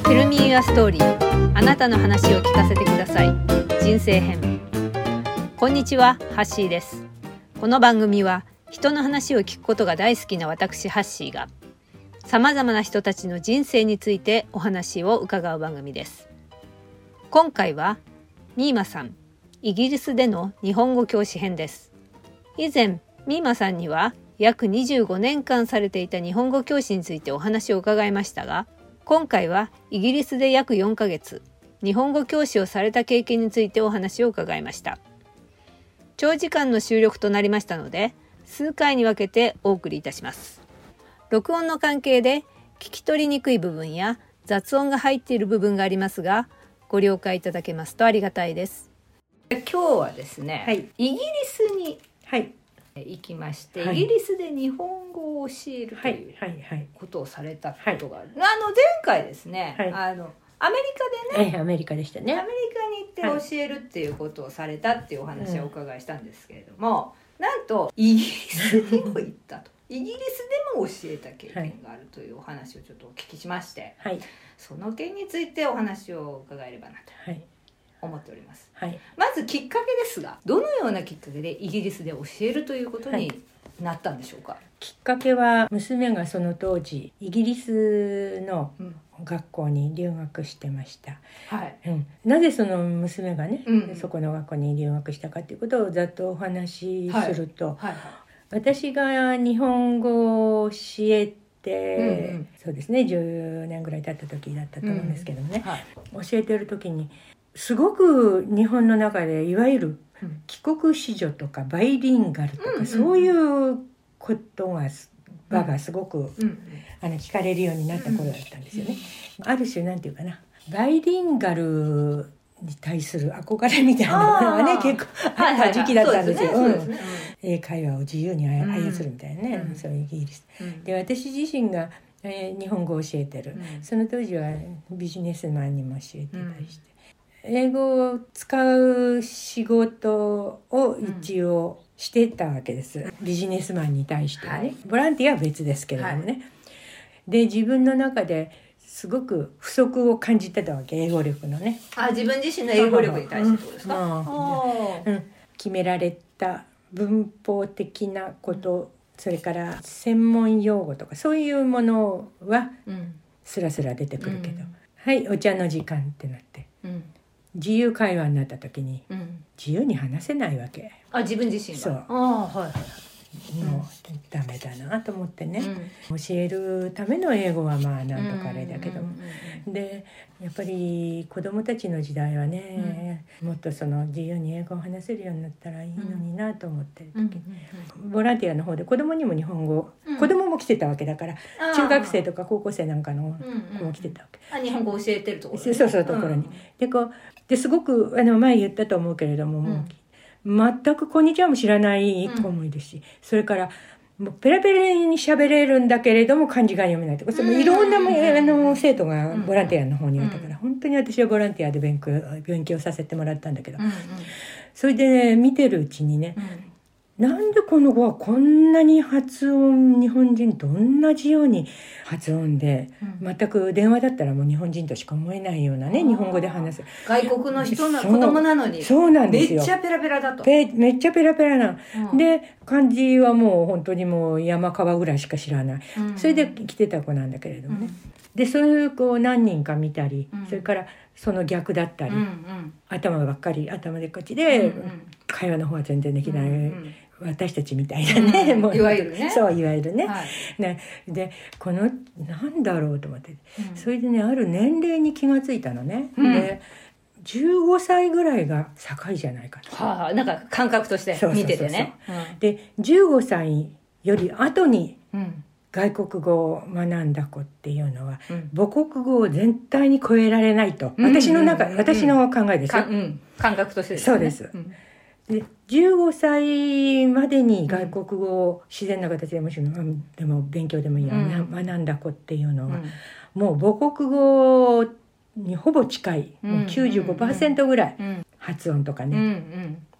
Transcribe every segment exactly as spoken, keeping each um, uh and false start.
Tell me your story あなたの話を聞かせてください人生編。こんにちは、ハッシーです。この番組は人の話を聞くことが大好きな私ハッシーがさまざまな人たちの人生についてお話を伺う番組です。今回はミーマさん、イギリスでの日本語教師編です。以前ミーマさんには約にじゅうごねんかんされていた日本語教師についてお話を伺いましたが、今回はイギリスで約よんかげつ日本語教師をされた経験についてお話を伺いました。長時間の収録となりましたので数回に分けてお送りいたします。録音の関係で聞き取りにくい部分や雑音が入っている部分がありますが、ご了解いただけますとありがたいです。今日はですね、はい、イギリスに行きまして、はい、イギリスで日本語を教えるということをされたことがある、はいはいはい、あの前回ですね、はい、あのアメリカでね、 はい、アメリカでしたね。 アメリカに行って教えるっていうことをされたっていうお話をお伺いしたんですけれども、うん、なんとイギリスにも行ったとイギリスでも教えた経験があるというお話をちょっとお聞きしまして、はい、その件についてお話を伺えればなと思っております、はい、まずきっかけですが、どのようなきっかけでイギリスで教えるということになったんでしょうか。はい、 きっかけは娘がその当時イギリスの学校に留学してました、はいうん、なぜその娘がね、うん、そこの学校に留学したかということをざっとお話しすると、はいはいはい、私が日本語を教えて、うんうん、そうですねじゅうねんぐらい経った時だったと思うんですけどね、うんはい、教えてる時にすごく日本の中でいわゆる帰国子女とかバイリンガルとか、うん、そういうことが場がすごく、うん、あの聞かれるようになった頃だったんですよね、うん、ある種なんていうかなバイリンガルに対する憧れみたいなのがね結構あった時期だったんですよ。英会話を自由に操るみたいなね、うん、そういうイギリス、うん、で私自身が、えー、日本語を教えてる、うん、その当時はビジネスマンにも教えてたりして、うん、英語を使う仕事を一応してたわけです、うん、ビジネスマンに対してはね、はい、ボランティアは別ですけれどもね、はい、で自分の中ですごく不足を感じてたわけ、英語力のね。 あ、自分自身の英語力に対してどうですか。 うんうん、決められた文法的なこと、うん、それから専門用語とかそういうものはスラスラ出てくるけど、うん、はいお茶の時間ってなって、うん、自由会話になった時に、うん、自由に話せないわけ。 あ、自分自身が。 そう。 あ、はいはいはい。 もうダメだなと思ってね、うん、教えるための英語はまあなんとかあれだけども、うん、でやっぱり子どもたちの時代はね、うん、もっとその自由に英語を話せるようになったらいいのになと思ってる時に、うん、ボランティアの方で子どもにも日本語、うん、子どもも来てたわけだから、中学生とか高校生なんかの子も来てたわけ、 うんうん、あ、日本語教えてるところ、ね、 そうそうところに、うん、でこうですごくあの前言ったと思うけれども、もう全くこんにちはも知らない子もいるし、うん、それからもうペラペラに喋れるんだけれども漢字が読めないとか、そのいろんな、うん、あの生徒がボランティアの方にいたから、うん、本当に私はボランティアで勉強、勉強させてもらったんだけど、うんうん、それで、ね、見てるうちにね、うん、なんでこの子はこんなに発音日本人と同じように発音で、うん、全く電話だったらもう日本人としか思えないようなね日本語で話す外国の人の子供なのにそうなんですよ、 めっちゃペラペラだとペめっちゃペラペラな、うん、で漢字はもう本当にもう山川ぐらいしか知らない、うん、それで来てた子なんだけれどもね、うん、でそういう子を何人か見たり、うん、それからその逆だったり、うんうん、頭ばっかり頭でっかちで、うんうん、会話の方は全然できない、うんうん私たちみたいなね、 うん、 もういわゆるねそういわゆるね、 はい、 ねでこのなんだろうと思って、うん、それでねある年齢に気がついたのね、うん、でじゅうごさいぐらいが境じゃないかと、 はあ、なんか感覚として見ててね、 でじゅうごさいより後に外国語を学んだ子っていうのは、うん、母国語を全体に超えられないと、うん、私の中、うん、私の考えですよ、 うん、感覚としてですね。 そうです、うんでじゅうごさいまでに外国語を自然な形でもしでも勉強でもいいや、うん、学んだ子っていうのは、うん、もう母国語にほぼ近い、うん、もう きゅうじゅうごパーセント ぐらい、うん、発音とかね、うんうん、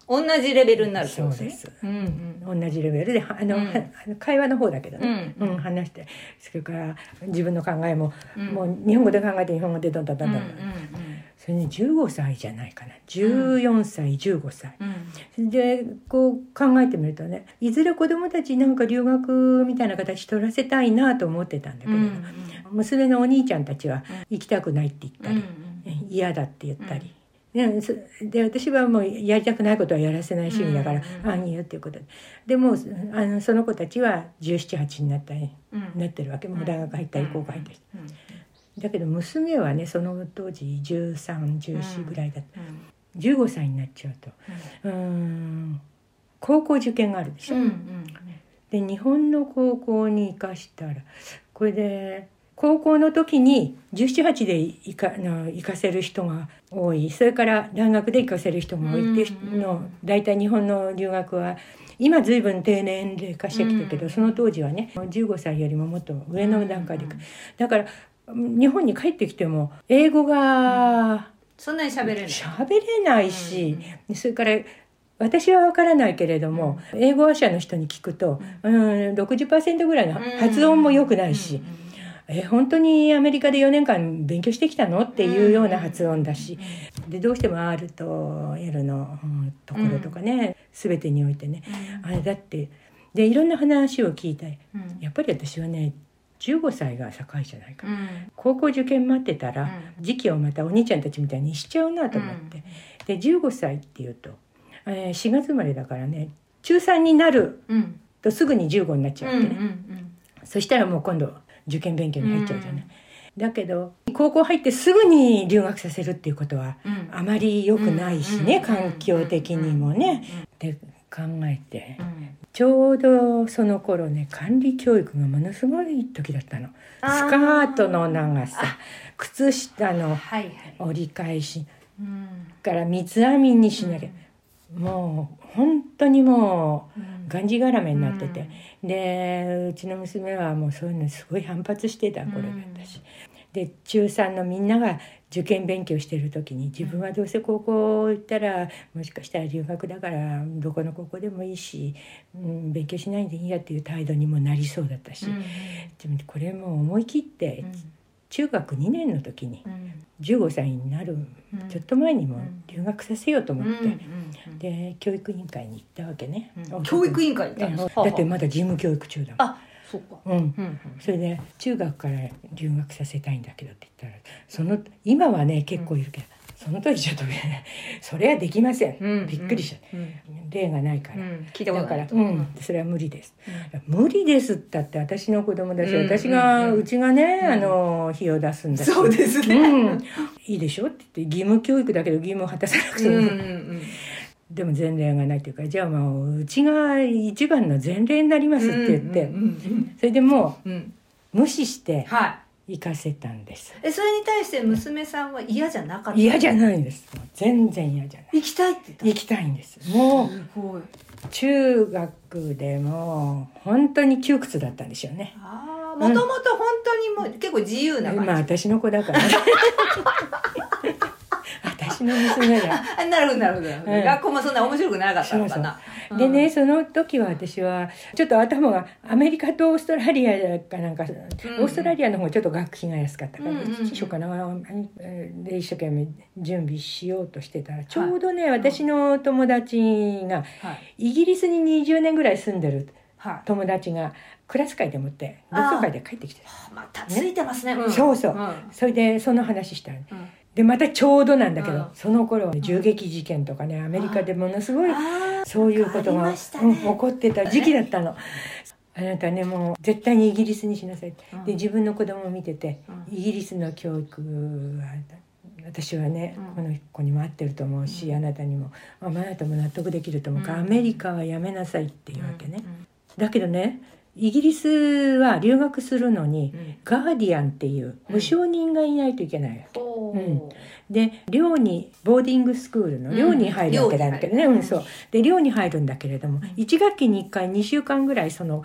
同じレベルになるそうです、うんうん、同じレベルであの、うん、会話の方だけどね、うんうん、話してそれから自分の考えも、うん、もう日本語で考えて日本語でどんどんどんどん、うんうんうん、それにじゅうごさいじゃないかなじゅうよんさいじゅうごさい、うん、でこう考えてみるとねいずれ子どもたちなんか留学みたいな形取らせたいなと思ってたんだけど、うんうん、娘のお兄ちゃんたちは行きたくないって言ったり、うんうん、嫌だって言ったり、うんで私はもうやりたくないことはやらせない主義だから、うんうん、ああいいよっていうことででもあのその子たちはじゅうなな、はちになったり、うん、なってるわけもう大学入ったり高校入ったり、うんうん、だけど娘はねその当時じゅうさん、じゅうよんぐらいだった、うんうん、じゅうごさいになっちゃうと、うん、うーん高校受験があるでしょ、うんうん、で日本の高校に行かしたらこれで高校の時にじゅうなな、はちで行か、行かせる人が多いそれから大学で行かせる人が多いっていうの大体日本の留学は今随分低年齢化してきたけど、うん、その当時はねじゅうごさいよりももっと上の段階で、うん、だから日本に帰ってきても英語が、うん、 そんなに喋れない喋れないし、うん、それから私は分からないけれども、うん、英語話者の人に聞くと、うん、ろくじゅっパーセントぐらいの発音も良くないし、うんうんうんえ本当にアメリカでよねんかん勉強してきたのっていうような発音だし、うん、でどうしても R と L の、うん、ところとかね、うん、全てにおいてね、うん、あれだってでいろんな話を聞いたり、うん、やっぱり私はねじゅうごさいが境じゃないか、うん、高校受験待ってたら、うん、時期をまたお兄ちゃんたちみたいにしちゃうなと思って、うん、でじゅうごさいっていうと、えー、しがつ生まれだからねちゅうさんになるとすぐにじゅうごになっちゃうわけね、うんうんうん、そしたらもう今度受験勉強に入っちゃうじゃない、うん、だけど高校入ってすぐに留学させるっていうことはあまり良くないしね、うん、環境的にもね、うん、で考えて、うん、ちょうどその頃ね管理教育がものすごい時だったの。スカートの長さ靴下の折り返し、はいはい、から三つ編みにしなきゃ、うん、もう本当にもうがんじがらめになってて、うん、でうちの娘はもうそういうのすごい反発してた頃だったし、うん、で中さんのみんなが受験勉強してる時に自分はどうせ高校行ったらもしかしたら留学だからどこの高校でもいいし、うん、勉強しないでいいやっていう態度にもなりそうだったし、うん、でもこれも思い切って、うん、中学にねんの時にじゅうごさいになるちょっと前にも留学させようと思って、うん、で教育委員会に行ったわけね、 うん、教育委員会に行ったんですか？ だってまだ義務教育中だもん。 あ、そうか、 うんうん、それで中学から留学させたいんだけどって言ったらその今はね結構いるけど、うん、その時ちょっとねそれはできません、うん、びっくりした、うん、例がないから、うん、 聞いたことないだから、うん、それは無理です、うん、無理ですったって私の子供だし、うん、私が、うん、うちがね、うん、あの費用出すんだしそうですね、 うん、いいでしょって言って義務教育だけど義務を果たさなくても、うんうんうんでも前例がないというかじゃあもううちが一番の前例になりますって言って、うんうんうん、それでもう、うん、無視して行かせたんです、 はい、えそれに対して娘さんは嫌じゃなかった？ 嫌じゃないんです。全然嫌じゃない。 行きたいって言った？ 行きたいんです。もうすごい中学でも本当に窮屈だったんでしょうね。 ああもともと本当にもう結構自由な感じ。 まあ私の子だから私の娘がなるほどなるほど、うん、学校もそんな面白くなかったのかな。 そうそうでねその時は私はちょっと頭がアメリカとオーストラリアかなんか、うんうん、オーストラリアの方がちょっと学費が安かったから、うんうんうん、どっちしようかなで一生懸命準備しようとしてたらちょうどね、はい、私の友達が、はい、イギリスににじゅうねんぐらい住んでる友達がクラス会でもって同窓会で帰ってきてる。 またついてますね、 うん、そうそう、うん、それでその話したの、うんでまたちょうどなんだけど、うん、その頃は銃撃事件とかねアメリカでものすごいそういうことが、ねうん、起こってた時期だったの。あなたねもう絶対にイギリスにしなさいって、うん、で自分の子供を見てて、うん、イギリスの教育は私はね、うん、この子にも合ってると思うし、うん、あなたにもあなたも納得できると思うから、うん、アメリカはやめなさいっていうわけね、うんうん、だけどねイギリスは留学するのに、うん、ガーディアンっていう保証人がいないといけないわけ、うんうん、で寮にボーディングスクールの寮に入るわけだけどね、うんうん、そうで寮に入るんだけれども、うん、いち学期にいっかいにしゅうかんぐらいその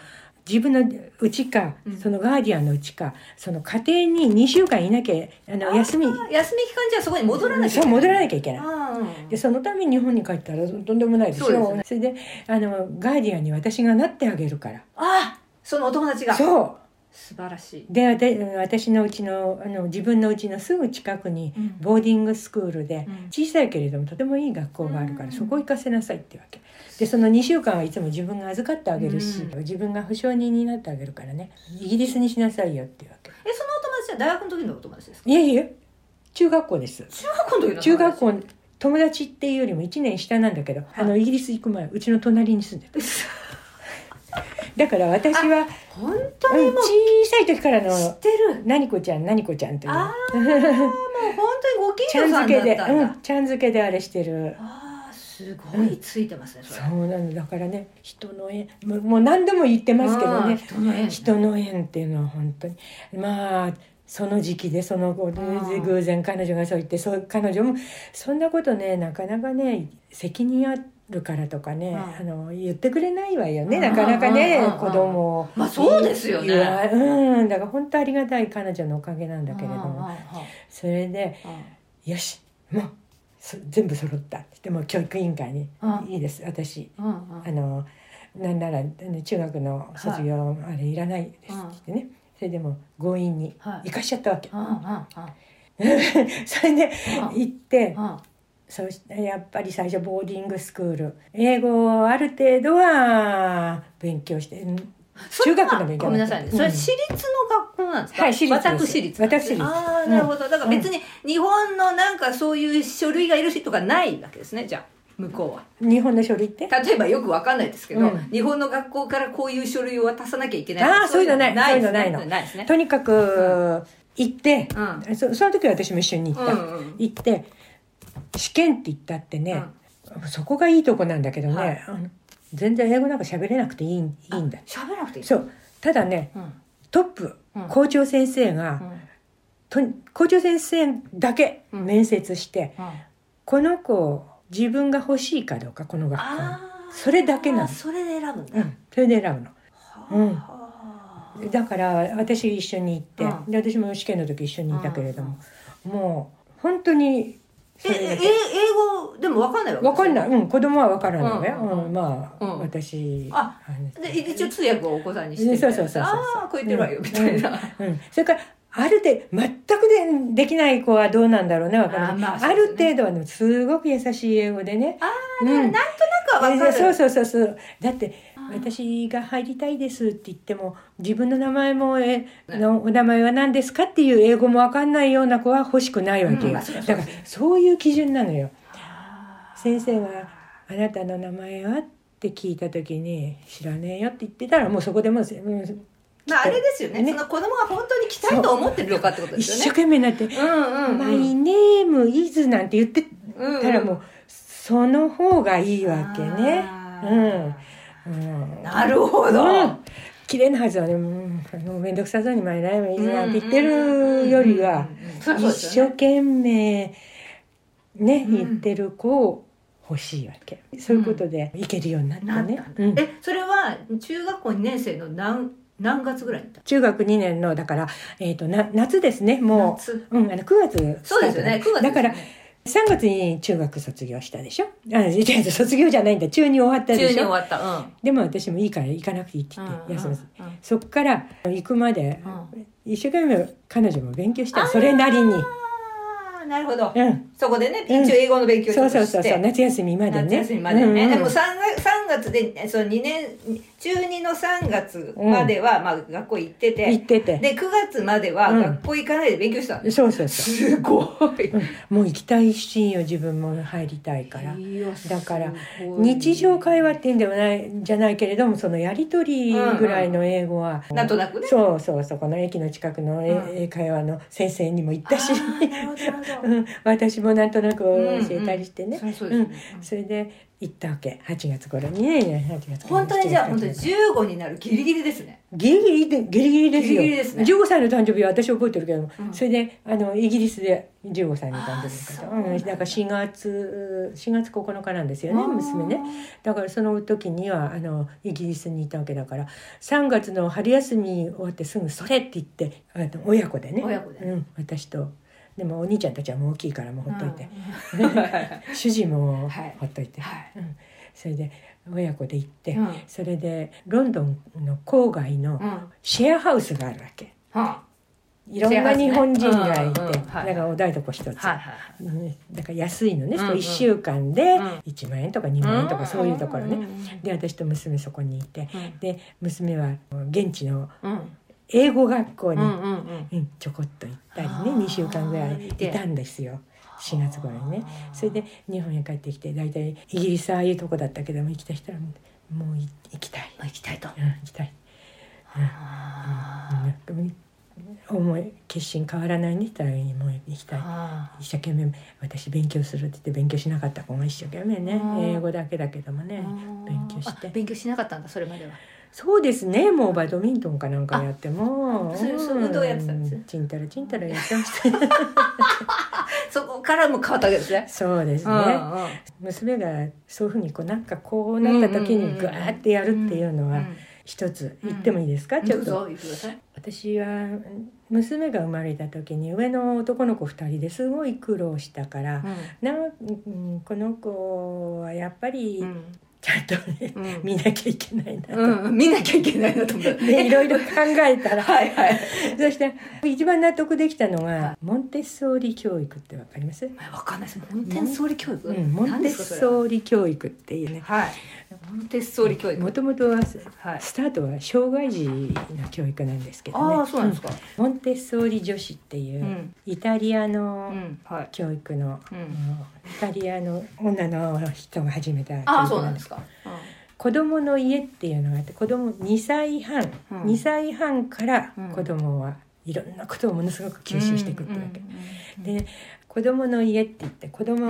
自分のうちか、うん、そのガーディアンのうちか、その家庭ににしゅうかんいなきゃ、あの、休み。 休み期間じゃそこに戻らなきゃいけない。 そう、戻らなきゃいけない。うん、で、そのために日本に帰ったらとんでもないでしょ。そうですね。それで、あの、ガーディアンに私がなってあげるから。 ああ、そのお友達が。 そう。 素晴らしい。 で、私のうちの、あの、自分のうちのすぐ近くに、ボーディングスクールで、小さいけれどもとてもいい学校があるから、うん、そこ行かせなさいってわけ。で、そのにしゅうかんはいつも自分が預かってあげるし、うん、自分が保証人になってあげるからね、イギリスにしなさいよっていうわけ。 え、そのお友達は大学の時のお友達ですか？ いやいや、中学校です。 中学校の時の中学校、友達っていうよりもいちねん下なんだけど、はい、あの、イギリス行く前、うちの隣に住んでた。だから私は本当にもう小さい時からの知ってる何子ちゃん何子ちゃんという、 ああもう本当にご近所さんだったんだ。 うん、ちゃん付けであれしてる。 ああすごいついてますね、 それ。そうなの。だからね、人の縁、もう、もう何度も言ってますけどね、 人の縁、 人の縁っていうのは本当にまあその時期でその後で偶然彼女がそう言って、そう彼女もそんなことね、なかなかね、責任あるからとかね、うん、あの言ってくれないわよね、なかなかね、うん、子供を。 まあそうですよね。 うん、だから本当ありがたい彼女のおかげなんだけれども、それで、よし、もう全部揃ったでも教育委員会に、いいです私、あのなんなら中学の卒業あれいらないですって言ってね、それでも強引に行かしちゃったわけ。それで行って、そうしてやっぱり最初ボーディングスクール、英語をある程度は勉強して、中学の勉強。 ごめんなさいね、それ私立の学校なんですか？ はい、私立です。 私立。 私立。 ああ、なるほど。だから別に日本のなんかそういう書類がいるしとかないわけですね、じゃあ。向こうは日本の書類って例えばよくわかんないですけど、うん、日本の学校からこういう書類を渡さなきゃいけない。 ああ、そういうのない、 ないそういうのないの。ないですね。とにかく、うん、行って、うん、そ, その時は私も一緒に行った、うんうん、行って試験って言ったってね、うん、そこがいいとこなんだけどね、はい、あの全然英語なんか喋れなくていい、いいんだ。 喋らなくていい。 そう。ただね、うん、トップ、うん、校長先生が、うん、と校長先生だけ面接して、うんうん、この子自分が欲しいかどうか、この学校それだけなの。 それで選ぶんだ、 うん、それで選ぶの、うん、だから私一緒に行って、うん、で私も試験の時一緒にいたけれども、うんうん、もう本当にええ英語でも分かんないわけ分かんない、うん、子供は分からないね、うんうんうん、まあ、うん、私あで一応通訳をお子さんにしてみたいな、そうそうそうそう、ああこう言ってるわよ、うん、みたいな、 うんうん、それからある程度全く で, できない子はどうなんだろうね、わからない。あ、まあね、ある程度は、ね、すごく優しい英語でね。 ああ、うん、なんとなくは分かる。 そうそうそうそう。だって私が入りたいですって言っても、自分の名前もえのお名前は何ですかっていう英語も分かんないような子は欲しくないわけよ。うん、だからそういう基準なのよ。先生があなたの名前はって聞いた時に知らねえよって言ってたら、もうそこでもう。うんまあ、あれですよね、ね、その子供が本当に来たいと思ってるのかってことですよね。 一生懸命になって「うんうん、マイネームイズ」なんて言ってたらもう、うんうん、その方がいいわけね。うんうん、 なるほど、うん、 綺麗なはずはね、うん、めんどくさそうに「マイネームイズ」なんて言ってるよりは一生懸命ね、うん、言ってる子を欲しいわけ。そういうことでいけるようになってね、 うんうん、えそれは中学校にねん生の何何月ぐらいに中学にねんのだから、えー、とな夏ですね、もう、うん、あのくがつスタート。 そうですよね、くがつですね。 だからさんがつに中学卒業したでしょ。あ、卒業じゃないんだ、中に終わったでしょ。 中に終わった、うん、でも私もいいから行かなくていいって言って休まず、うんうんうん、そっから行くまで、うん、一生懸命彼女も勉強した、それなりに。 なるほど、うん、そこでね一応英語の勉強をして、うん、 そうそうそうそう、夏休みまでね、 夏休みまでね、うんうん、でも 3, 3月でそのにねん中にのさんがつまでは、うん、まあ、学校行ってて行っててでくがつまでは学校行かないで勉強したんです、 うん、そうそうそう、 すごい、 うん、もう行きたい一心よ、自分も入りたいから。だから日常会話っていうんではないじゃないけれども、そのやり取りぐらいの英語は、 うんうん、なんとなくね、 そうそうそう、この駅の近くの英会話の先生にも行ったし、うん、私もなんとなく教えたりしてね、うん、それで行ったわけ。はちがつ頃にね。はちがつ本当にじゃあ本当にじゅうごになるギリギリですね。 ギリギリでギリギリですよ。ギリギリですね。じゅうごさいの誕生日は私覚えてるけども、うん、それであのイギリスでじゅうごさいの誕生日の方、うん、だからしがつしがつここのかなんですよね、娘ね。だからその時にはあのイギリスにいたわけだから、さんがつの春休み終わってすぐそれって言ってあの親子でね。 親子で、 うん、私と。でもお兄ちゃんたちはもう大きいからもうほっといて、うん、主人もほっといて、はいはい、うん、それで親子で行って、うん、それでロンドンの郊外のシェアハウスがあるわけ、うん、いろんな日本人がいて、ね、だからお台所一つ、はいはい、だから安いのね、うんうん、いっしゅうかんでいちまんえんとかにまんえんとかそういうところね、うんうん、で私と娘そこにいて、うん、で娘は現地の、うん英語学校に、うんうんうん、ちょこっと行ったりねにしゅうかんぐらいいたんですよしがつ頃にね。それで日本へ帰ってきてだいたいイギリスああいうとこだったけども行きたい人はもう行きたい行きたいと、 うん、行きたい、うんうん、思い決心変わらないねって言ったらもう行きたい一生懸命私勉強するって言って勉強しなかった子が一生懸命ね英語だけだけどもね勉強して勉強しなかったんだそれまでは。 そうですね、もうバドミントンかなんかやってもそうそう運動やってたんですちんたらちんたらやってましたそこからも変わったわけですね。 そうですね、うんうん、娘がそういうふうにこうなんかこうなった時にグワーってやるっていうのは一つ言ってもいいですか、うん、ちょっと私は娘が生まれた時に上の男の子ふたりですごい苦労したから、うん、なこの子はやっぱり、うんちゃんとね、うん、見なきゃいけないなと、 うん、見なきゃいけないなと思ってでいろいろ考えたらはい、はい、そして一番納得できたのが、はい、モンテッソーリ教育ってわかります？ わかんないです。モンテッソーリ教育、 うん、モンテッソーリ教育っていうね、 はい、モンテッソーリ教育もともとはスタートは障害児の教育なんですけどね。 ああそうなんですか、 うん、モンテッソーリ女子っていう、うん、イタリアの教育の、うんはい、イタリアの女の人が始めた教育なんです。ああそうなんですか、うん、子供の家っていうのがあって子供にさいはん、うん、にさいはんから子供はいろんなことをものすごく吸収していくってわけ、うんうんうん、で子供の家って言って子供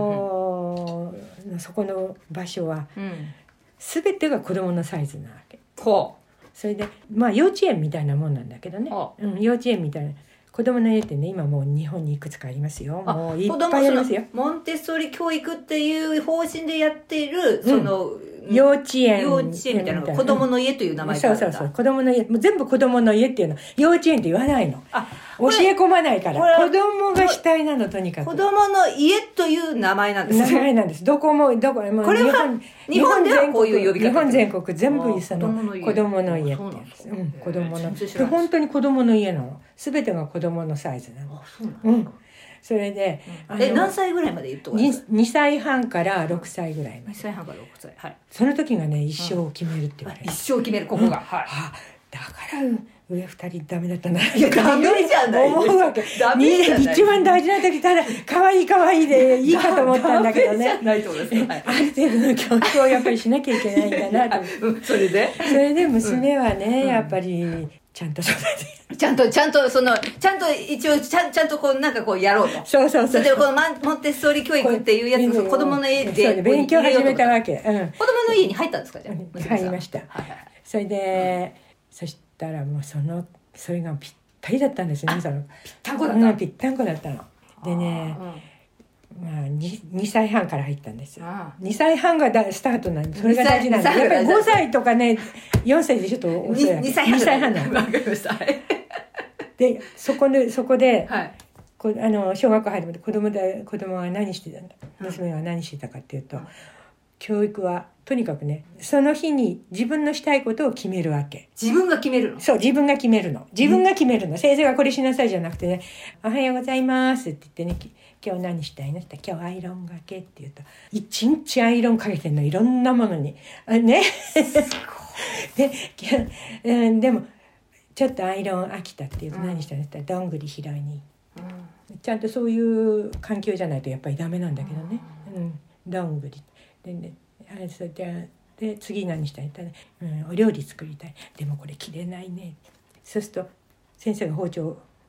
のそこの場所は、うん、全てが子供のサイズなわけ、 ほうそれでまあ幼稚園みたいなもんなんだけどね、うん、幼稚園みたいな子供の家ってね今もう日本にいくつかありますよ。もういっぱいありますよ。 モンテッソーリ教育っていう方針でやっているその、うん、 幼稚園幼稚園みたいな子供の家という名前があるんだ、 うん、そうそうそう子供の家もう全部子供の家っていうの幼稚園って言わないの。あ教え込まないから子供が主体なのとにかく子供の家という名前なんです名前なんです。どこもどこもこれは日本ではこういう呼び方日本全国全部その子供の家ってやつ、うん、子供の本当に子供の家なの。全てが子供のサイズなの。 あそうなんですか、うんそれで、 うん、え何歳ぐらいまで言っとか 2, 2歳半からろくさいぐらいまで。 にさいはんからろくさい、はい、 その時がね一生を決めるって言われる、 うん、一生を決めるここが、うん、はい、 あだから上ふたりダメだったな。 いやダメじゃない思うわけ。ダメじゃない。一番大事な時ただ可愛い可愛いでいいかと思ったんだけどね。 ダメじゃないと思います、はい、 ある程度の教育をやっぱりしなきゃいけないんだなと。 それでそれで娘はね、うん、やっぱりちゃんと育てちゃんとちゃんとそのちゃんと一応ちゃんちゃんとこうなんかこうやろうと。 そうそうそう。 それでこのモンテッソーリ教育っていうやつ子供の家で勉強始めたわけ。うん、 子供の家に入ったんですかじゃあ。 入りました。はいはい、それで、うん、そしたらもうそのそれがぴったりだったんですね。そのぴったんこだった。 ぴったんこだったの。でね。まあ、2, にさいはんから入ったんですよ。にさいはんがだスタートなんでそれが大事なんでやっぱりごさいとかねよんさいでちょっと遅いわけ。 にさいはんなんででそこでそこで、はい、こあの小学校入るまで子供で子供は何してたんだ、娘が何してたかっていうと、うん、教育はとにかくねその日に自分のしたいことを決めるわけ。 自分が決めるの？ そう自分が決めるの自分が決めるの、うん、先生がこれしなさいじゃなくてねおはようございますって言ってね今日何したいのって今日アイロンがけって言うと一日アイロンかけてんのいろんなものにあねで, うん、でもちょっとアイロン飽きたって言うと何したのって言ったらどんぐり拾いに、うん、ちゃんとそういう環境じゃないとやっぱりダメなんだけどね、うん、どんぐりで、ね、あそれでで次何したいって言ったら、うん、お料理作りたいでもこれ切れないねそうすると先生が包丁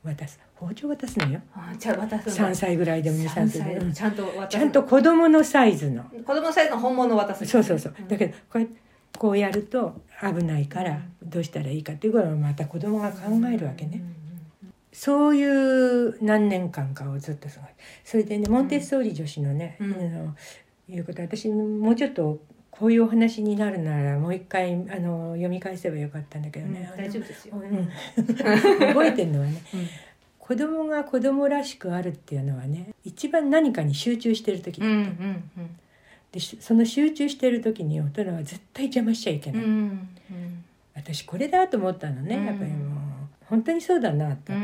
渡す包丁渡すのよ。 あじゃあ渡すのさんさいぐらいでもにさんさいでもちゃんと渡すちゃんと子供のサイズの子供のサイズの本物を渡す、ね、 そうそうそう、 うん、 だけどこうやってこうやると危ないからどうしたらいいかっていうことをまた子供が考えるわけね、うんうんうん、そういう何年間かをずっと過ごして、それでねモンテッソーリ女子のね、うん、あのいうこと私もうちょっとこういうお話になるならもう一回あの読み返せばよかったんだけどね、 うん、大丈夫ですよ、 うん、覚えてるのはね、うん、子供が子供らしくあるっていうのはね一番何かに集中してる時だって、うんうんうん、でその集中してる時に大人は絶対邪魔しちゃいけない、うんうん、私これだと思ったのね、うん、やっぱりもう本当にそうだなと、うんうん、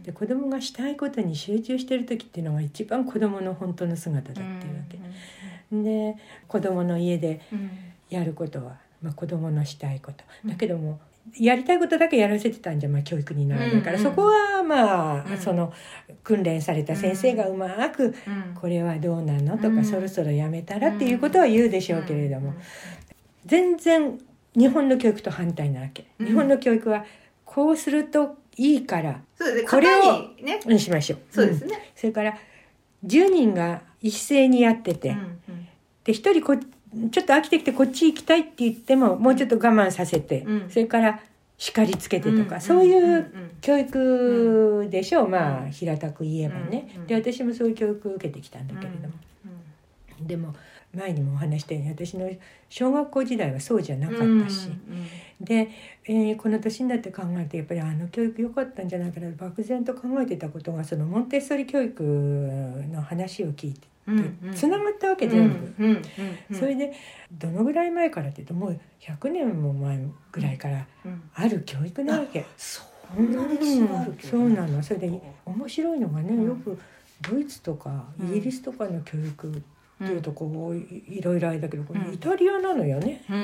で子供がしたいことに集中してる時っていうのが一番子供の本当の姿だっていうわけ、うんうん、で子供の家でやることは、まあ、子供のしたいことだけども、やりたいことだけやらせてたんじゃ、まあ、教育にならないから、うんうん、そこはまあ、うん、その訓練された先生がうまく、うん、これはどうなのとか、うん、そろそろやめたらっていうことは言うでしょうけれども、うん、全然日本の教育と反対なわけ、うん、日本の教育はこうするといいから、 そうですね、 これをね、 にしましょう。 そうですね、 うん、それからじゅうにんが一斉にやってて、うんうん、でひとりこちょっと飽きてきてこっち行きたいって言ってももうちょっと我慢させて、うん、それから叱りつけてとか、うん、そういう教育でしょう、うん、まあ平たく言えばね、うん、で私もそういう教育を受けてきたんだけれども、うん、でも前にもお話したように私の小学校時代はそうじゃなかったし、うんうん、で、えー、この年になって考えてやっぱりあの教育良かったんじゃないかな漠然と考えてたことがそのモンテッソーリ教育の話を聞いてつながったわけ、全部、うんうんうんうん、それでどのぐらい前からっていうともうひゃくねんも前ぐらいからある教育なわけ、うんうん、 そんな歴史がある教育、 うん、そうなの。それで面白いのがね、うん、よくドイツとかイギリスとかの教育っていうとこういろいろあれだけど、これイタリアなのよね、 うん、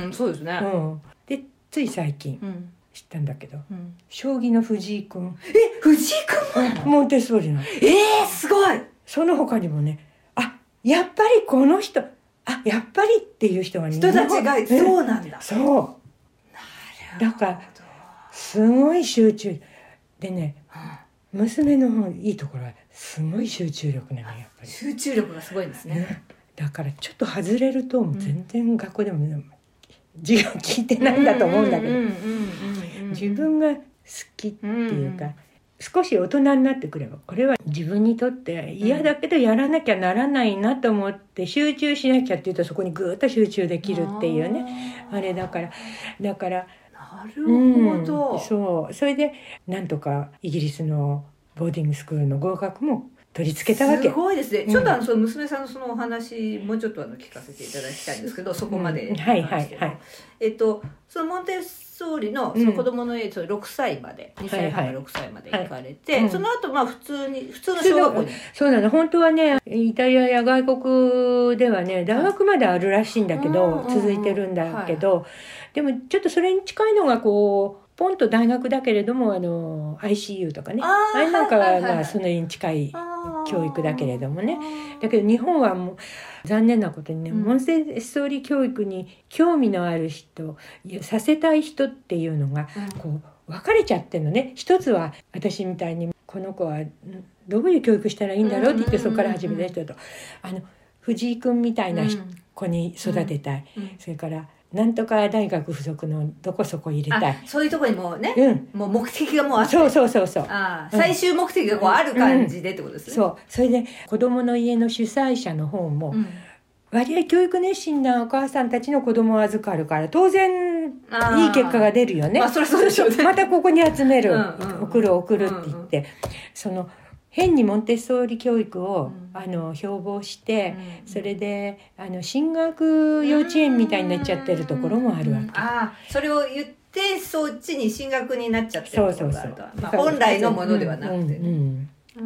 そうですね、 うん、でつい最近、うん知ったんだけど、うん、将棋の藤井君、 え藤井君もモンテッソーリなの。 えー、すごい。 その他にもね、あやっぱりこの人あやっぱりっていう人が人たちがそうなんだ。 そうなるほど。だからすごい集中でね、うん、娘のいいところはすごい集中力なのやっぱり。 集中力がすごいんですね、 ね、だからちょっと外れると全然学校でも、ね、授業聞いてないんだと思うんだけど、自分が好きっていうか、うん、少し大人になってくればこれは自分にとって嫌だけどやらなきゃならないなと思って集中しなきゃっていうとそこにぐーっと集中できるっていうね、あれだからだからなるほど、 うん、そうそれでなんとかイギリスのボーディングスクールの合格も取り付けたわけ。 すごいですね、うん、ちょっとあのその娘さんのそのお話もうちょっとあの聞かせていただきたいんですけど、そこまで、 うん、はいはいはい、 えっとそのモンテッソーリのその子供の家、うん、ろくさいまでにさいはんからろくさいまで行かれて、はいはい、その後まあ普通に普通の小学校に。 そうなの、本当はねイタリアや外国ではね大学まであるらしいんだけど、はい、続いてるんだけど、はい、でもちょっとそれに近いのがこうポンと大学だけれどもあの アイシーユー とかね、ああれなんかはまあそれに近い教育だけれどもね、だけど日本はもう残念なことにね、うん、モンテッソーリ教育に興味のある人させたい人っていうのがこう分かれちゃってるのね。一つは私みたいにこの子はどういう教育したらいいんだろうって言ってそこから始めた人と、あの藤井君みたいな子に育てたい、うんうん、それからなんとか大学附属のどこそこ入れたい、 そういうところにもうね、 うん、 もう目的がもうあって、 そうそうそうそう、 あ、うん、最終目的がこうある感じでってことですね、 うん、そうそれで子供の家の主催者の方も、うん、割合教育熱心なお母さんたちの子供を預かるから当然いい結果が出るよね、 まあ、それそうでしょうね、 またここに集める、うんうん、送る送るって言って、うんうん、その変にモンテッソーリ教育を、うん、あの標榜して、うん、それであの進学幼稚園みたいになっちゃってるところもあるわけ、うん、 あそれを言ってそっちに進学になっちゃってるところがあると、そうそうそう、まあ、本来のものではなくて、ね、うんうんうん、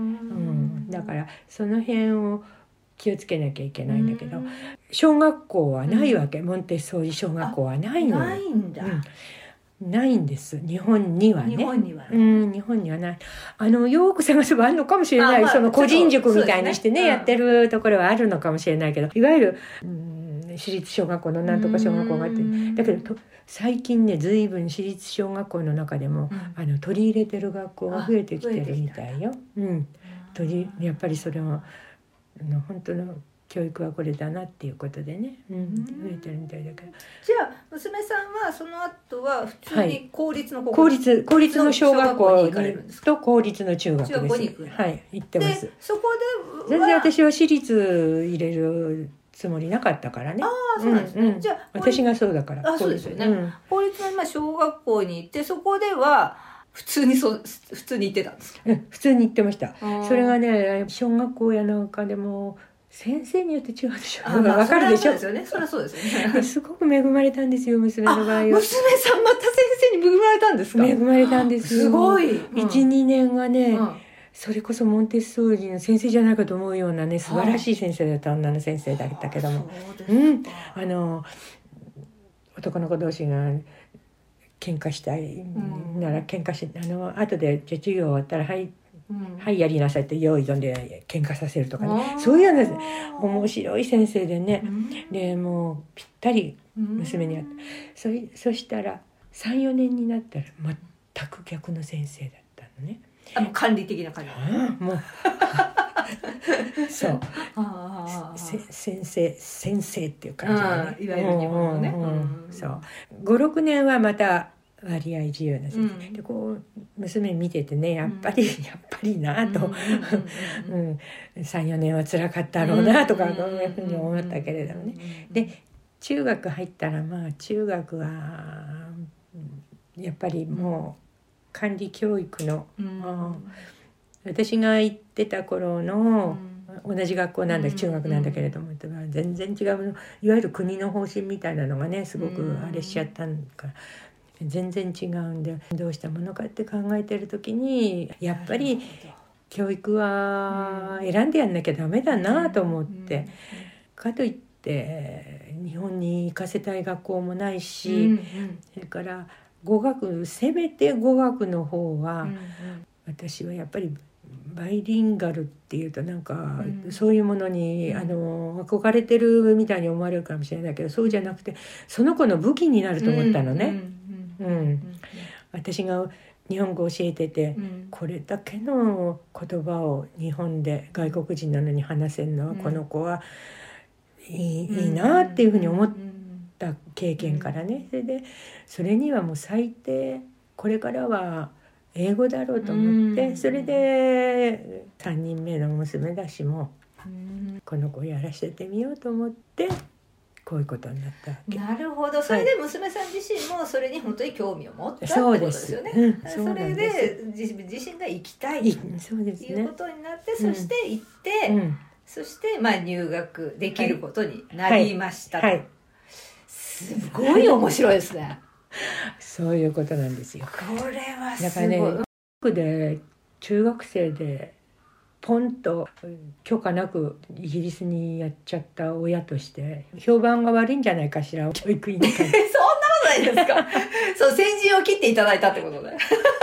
だからその辺を気をつけなきゃいけないんだけど、小学校はないわけ、うん、モンテッソーリ小学校はないのよ。 ないんだ、 うんないんです日本にはね。 日本には、 うん、日本にはない。あのよく探せばあるのかもしれない、まあ、その個人塾みたいにしてね、うん、やってるところはあるのかもしれないけど、いわゆる、うん、 ん、私立小学校のなんとか小学校があって、だけどと最近ね随分私立小学校の中でも、うん、あの取り入れてる学校が増えてきてるみたいよ。うん、取りやっぱりそれはの本当の教育はこれだなっていうことでね、うん、増えてるみたいだから。 じゃあ娘さんはその後は普通に公立の高校、はい、公立公立の小学校にと公立の中学です。 中学校に行く。 はい、行ってます。 でそこで全然私は私立入れるつもりなかったからね。 ああ、そうなんですね。うんうん、じゃあ私がそうだから。 あ、そうですよね。うん、公立のまあ小学校に行ってそこでは普通にそ普通に行ってたんですか。 うん、普通に行ってました。それがね小学校やなんかでも。先生によって違うでしょ。あ、まあ、分かるでしょ。 そうですよね。そりゃそうですよね。 すごく恵まれたんですよ、娘の場合は。 娘さんまた先生に恵まれたんですか。 恵まれたんですよ。 すごい。 一、二、うん、年はね、うん、それこそモンテッソーリの先生じゃないかと思うようなね、素晴らしい先生だった、女の先生だったけども。うん、あの男の子同士が喧嘩したいなら喧嘩し、あの後でじゃ授業終わったらはい。うん、はいやりなさいって用意どんで喧嘩させるとかね、そういうの面白い先生でね、うん、でもうぴったり娘にあって、うん、そ, そしたら さん,よ 年になったら全く逆の先生だったのね。 あ、もう管理的な感じ。 ああもうそうあ先生先生っていう感じだね、 いわゆる日本のね、うんうんうん、そうご、ろくねんはまた割合自由な先生、うん、でこう娘見ててねやっぱり、うん、やっぱりなとさん、よねんは辛かったろうなとかこういうふうに思ったけれどもね。で中学入ったらまあ中学はやっぱりもう管理教育の、うん、私が行ってた頃の、うん、同じ学校なんだ中学なんだけれども、うん、全然違ういわゆる国の方針みたいなのがねすごくあれしちゃったんから。全然違うんでどうしたものかって考えてる時にやっぱり教育は選んでやんなきゃダメだなと思って、かといって日本に行かせたい学校もないし、それから語学せめて語学の方は私はやっぱりバイリンガルっていうとなんかそういうものに、うん、あの憧れてるみたいに思われるかもしれないけどそうじゃなくてその子の武器になると思ったのね。うんうんうん、私が日本語教えてて、うん、これだけの言葉を日本で外国人なのに話せるのは、うん、この子はいい、いいなっていうふうに思った経験からね、それでそれにはもう最低これからは英語だろうと思って、うん、それでさんにんめの娘だしも、うん、この子をやらせてみようと思ってこういうことになったわけ。 なるほど。それで娘さん自身もそれに本当に興味を持ったってことですよね。そうです、うん、それで自身が行きたいということになって、そして行って、うん、そしてまあ入学できることになりましたと、はいはい、すごい面白いですね。 そういうことなんですよ。 これはすごい。 だからね、で中学生でポンと許可なくイギリスにやっちゃった親として評判が悪いんじゃないかしら、教育委員会。そんなことないですか。そう先陣を切っていただいたってことで。うん、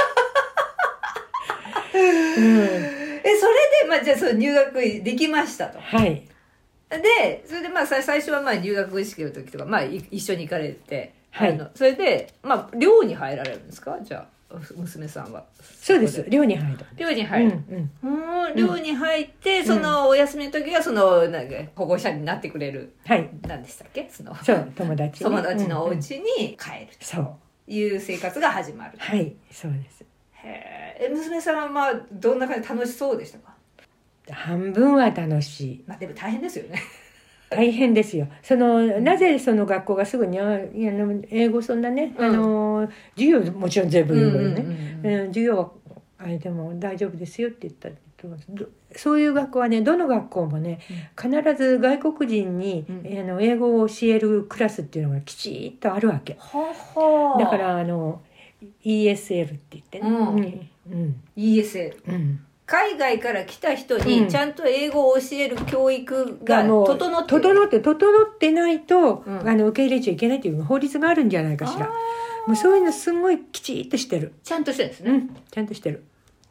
えそれでまあじゃあそう入学できましたと。 はい。 でそれでまあ最初はまあ入学式の時とかまあ一緒に行かれて、はい、あのそれでまあ寮に入られるんですか、じゃあ。娘さんはそうです。寮に入る寮に入る、うんうん、寮に入って、うん、そのお休みの時はそのなんか保護者になってくれる、 はい、 何でしたっけ、そのそう友達友達のお家に帰るという生活が始まる。 はい、そうです。 へえ。娘さんはまあどんな感じ、楽しそうでしたか。 半分は楽しい。 まあでも大変ですよね。 大変ですよ。そのなぜその学校がすぐにあの英語そんなね、うん、あの授業もちろん全部英語よね、うんうんうん、授業はあれでも大丈夫ですよって言ったと、そういう学校はねどの学校もね、うん、必ず外国人に、うん、あの英語を教えるクラスっていうのがきちっとあるわけ。 はは。 だからあの イーエスエル って言ってね、うんうん、イーエスエル、うん海外から来た人にちゃんと英語を教える教育が整ってる、 整って整ってないと、うん、あの受け入れちゃいけないという法律があるんじゃないかしら。もうそういうのすごいきちっとしてる。 ちゃんとしてるんですね、 うん、ちゃんとしてる。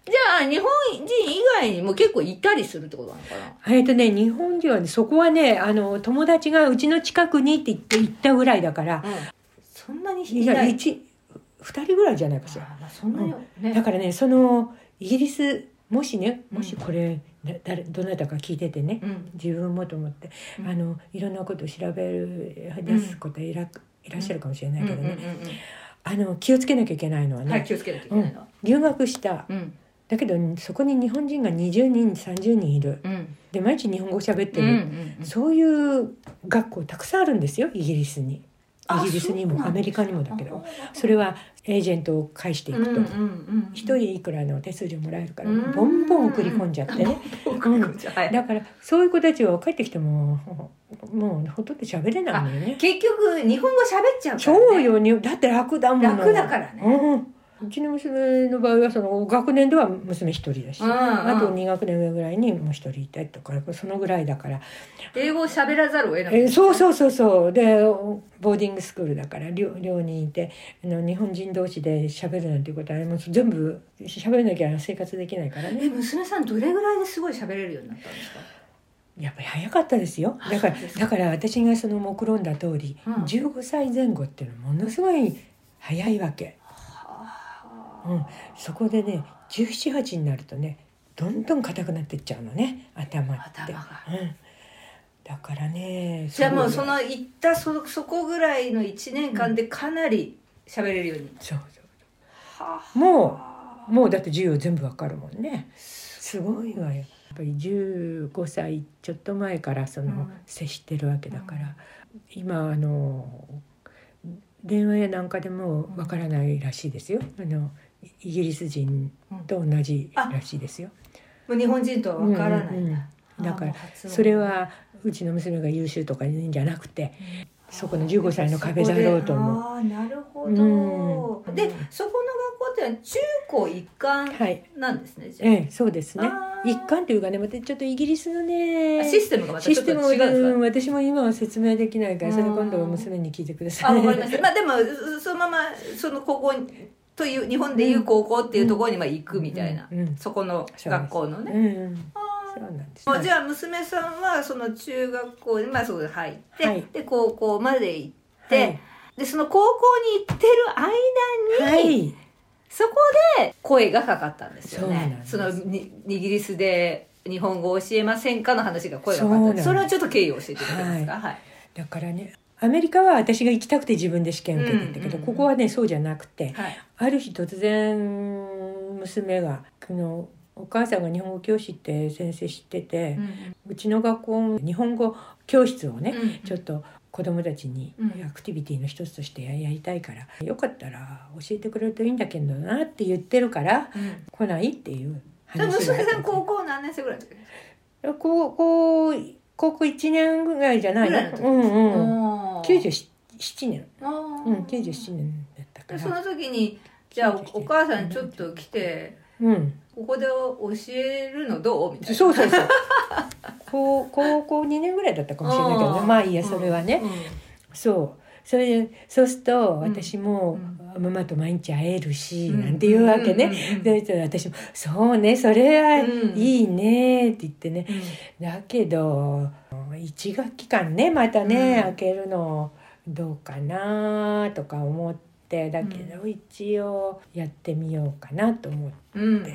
じゃあ日本人以外にも結構いたりするってことなのかな。 えっとね日本人はねそこはねあの友達がうちの近くにって言って行ったぐらいだから、うん、 そんなにいない。いや一二人ぐらいじゃないかしら。 あ、まあ、そんなに、ね、 うん、だからねそのイギリスもしねもしこれ、うん、誰どなたか聞いててね、うん、自分もと思って、うん、あのいろんなことを調べる出すこといら、うん、いらっしゃるかもしれないけどね、あの気をつけなきゃいけないのはね、 はい、気をつけなきゃいけないのは、 うん、留学した、うん、だけどそこに日本人がにじゅうにんさんじゅうにんいる、うん、で毎日日本語を喋ってる、うんうんうん、そういう学校たくさんあるんですよイギリスに。イギリスにもアメリカにもだけど、それはエージェントを介していくと一人いくらの手数料もらえるからボンボン送り込んじゃってね、うん、だからそういう子たちは帰ってきてももうほとんど喋れないのよね。 結局日本語喋っちゃうからね。 そうよ、だって楽だもん。 楽だからね、 うん、うちの娘の場合はその学年では娘一人だし、うんうん、あとに学年上ぐらいにもう一人いたりとかそのぐらいだから英語を喋らざるを得なくて、 えー、そうそうそうそうでボーディングスクールだから寮にいてあの日本人同士で喋るなんていうことはもう全部喋らなきゃ生活できないからね。 え娘さんどれぐらいですごい喋れるようになったんですか。 やっぱり早かったですよ。だからだから私がその目論んだ通り、うん、じゅうごさいぜん後っていうのはものすごい早いわけ。うん、そこでねじゅうなな、はちになるとねどんどん硬くなっていっちゃうのね頭って。頭が、うん、だからねじゃあもうそのいったそそこぐらいのいちねんかんでかなり喋れるように、うん、 そうそうはもうもうだって授業全部わかるもんね。すごいわよ。やっぱりじゅうごさいちょっと前からその、うん、接してるわけだから、うん、今あの電話やなんかでもわからないらしいですよ。あのイギリス人と同じらしいですよ。 もう日本人とはわからないんだ、うんうん、だからそれはうちの娘が優秀とかいうんじゃなくて、うん、そこのじゅうごさいの壁だろうと思う。 ああなるほど、うん、でそこの学校ってのは中高一貫なんですね、はい、じゃあ、 ええ、そうですね。一貫というかねまたちょっとイギリスのねシステムがまたちょっと違うんですか。 私も今は説明できないからそれ今度は娘に聞いてください。 あ、わかりました。まあでもそのままその高校という日本でいう高校っていうところにまあ行くみたいな、うんうん、そこの学校のね。うんうん、そうなんです、ね、じゃあ娘さんはその中学校にまあそこで入って、はい、で高校まで行って、はい、でその高校に行ってる間に、はい、そこで声がかかったんですよね。そのにイギリスで日本語を教えませんかの話が声がかかった。 そ, それはちょっと経緯を教えていただけますか。はいはい、 だからねアメリカは私が行きたくて自分で試験受けてたけど、うんうんうん、ここはねそうじゃなくて、はい、ある日突然娘がこのお母さんが日本語教師って先生知ってて、うんうん、うちの学校日本語教室をね、うんうん、ちょっと子供たちにアクティビティの一つとしてやりたいから、うん、よかったら教えてくれるといいんだけどなって言ってるから、うん、来ないっていう話があった。 娘さん高校何年生ぐらいの時ですか。 高校高校いちねんぐらいじゃないの。うんうん。きゅうじゅうななねん。うん、きゅうじゅうななねんだったから。 その時にじゃあお母さんちょっと来て、うん、ここで教えるのどうみたいな。 そうそうそう。高高校にねんぐらいだったかもしれないけどね。まあいいやそれはね。うんうん、そう。それでそうすると私も、うん、ママと毎日会えるし、うん、なんていうわけね、うんうんうん、で私もそうねそれはいいねって言ってね、うん、だけどいち学期間ねまたね、うん、開けるのどうかなとか思ってだけど、うん、一応やってみようかなと思って、うんうんうんうん、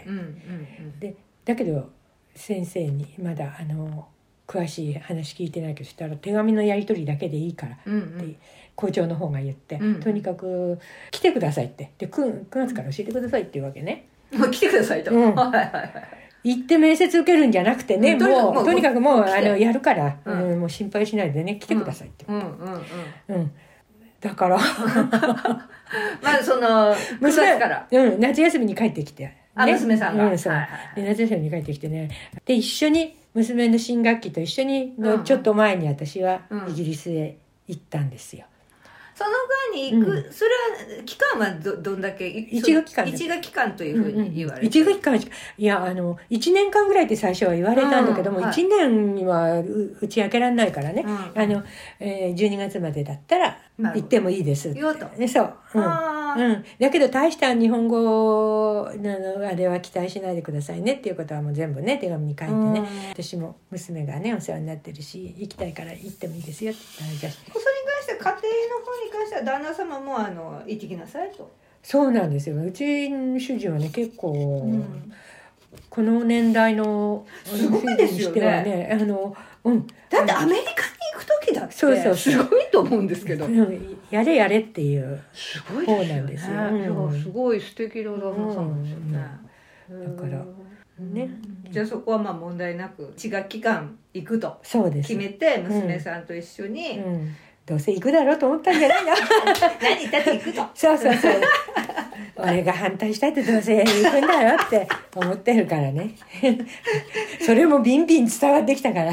でだけど先生にまだあの詳しい話聞いてないけどしたら手紙のやり取りだけでいいからって、うんうん校長の方が言って、うん、とにかく来てくださいってで 9, 9月から教えてくださいっていうわけね。 来てくださいと、うん、 行って面接受けるんじゃなくてね、うん、もうとにかくもうあのやるから、うんうん、もう心配しないでね来てくださいって、うんうんうんうん、だからまずそのくがつから、 うん、夏休みに帰ってきて、ね、 あ娘さんが、 うんそうはいはい、で夏休みに帰ってきてねで一緒に娘の新学期と一緒にのちょっと前に私はイギリスへ行ったんですよ。 その間に行く、うん、それは期間は ど, どんだけ一学期間一学期間というふうに言われて、うんうん、 一学期間いやあのいちねんかんぐらいって最初は言われたんだけども、うんはい、いちねんには う, うち開けられないからね、うんあのえー、じゅうにがつまでだったら行ってもいいですって、 言おうとそう、うん、 ああ、うん、だけど大した日本語のあれは期待しないでくださいねっていうことはもう全部ね手紙に書いてね、私も娘がねお世話になってるし行きたいから行ってもいいですよって言ったら、じゃあそれに関しては家庭の方に関しては旦那様もあの行ってきなさいと。 そうなんですよ。うちの主人はね結構、うん、この年代のすごいですよね。 あの、うん、 だってアメリカに行く時だってそうそうすごいと思うんですけど、 やれやれっていう方なんですよ。 うん、すごい素敵な旦那さんですよね、 うん、だからね、 じゃあそこはまあ問題なく一学期間行くと決めて娘さんと一緒に、 うんうん、どうせ行くだろうと思ったんじゃないの何だって行くとそうそうそう俺が反対したってどうせ行くんだよって思ってるからねそれもビンビン伝わってきたから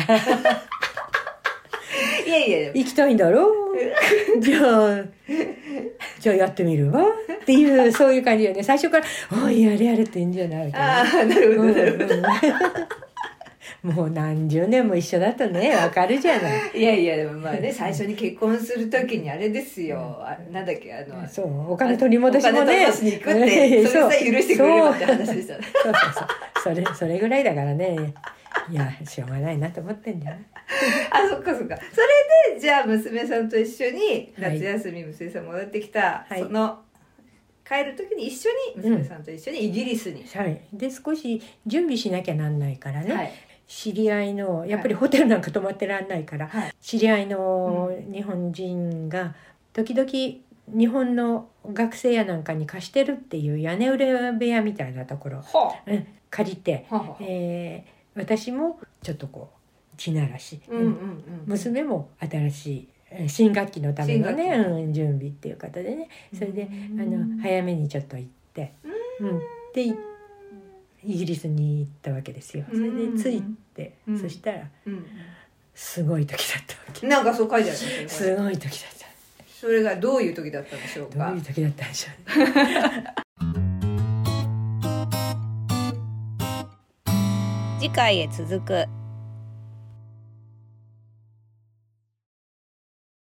いやいや行きたいんだろうじゃあじゃあやってみるわっていうそういう感じよね。最初からおいやれやれって言うんじゃないかな。 ああなるほどなるほど、 うん、もう何十年も一緒だとねわかるじゃない。 いやいやでもまあね最初に結婚するときにあれですよ、あなんだっけあのそうお金取り戻しもねお金取り戻しに行くってそれさえ許してくれればって話でしたね。 そうそうそうそれそれぐらいだからね。いやしょうがないなと思ってんじゃないあそっかそっか。それでじゃあ娘さんと一緒に夏休み娘さん戻ってきた、はい、その帰る時に一緒に娘さんと一緒にイギリスに、 うん、はいで少し準備しなきゃなんないからね、はい、知り合いのやっぱりホテルなんか泊まってらんないから、はい、知り合いの日本人が時々日本の学生やなんかに貸してるっていう屋根裏部屋みたいなところ、はあうん、借りて、はあえー私もちょっとこう地ならし、うんうんうん、娘も新しい新学期のためのね、うん、準備っていう方でねそれであの早めにちょっと行って、うん、でイギリスに行ったわけですよ。それで着いて、うん、そしたら、うん、すごい時だったわけ。 なんかそう書いてありますね。 すごい時だった。 それがどういう時だったんでしょうか。 どういう時だったんでしょうね次回へ続く。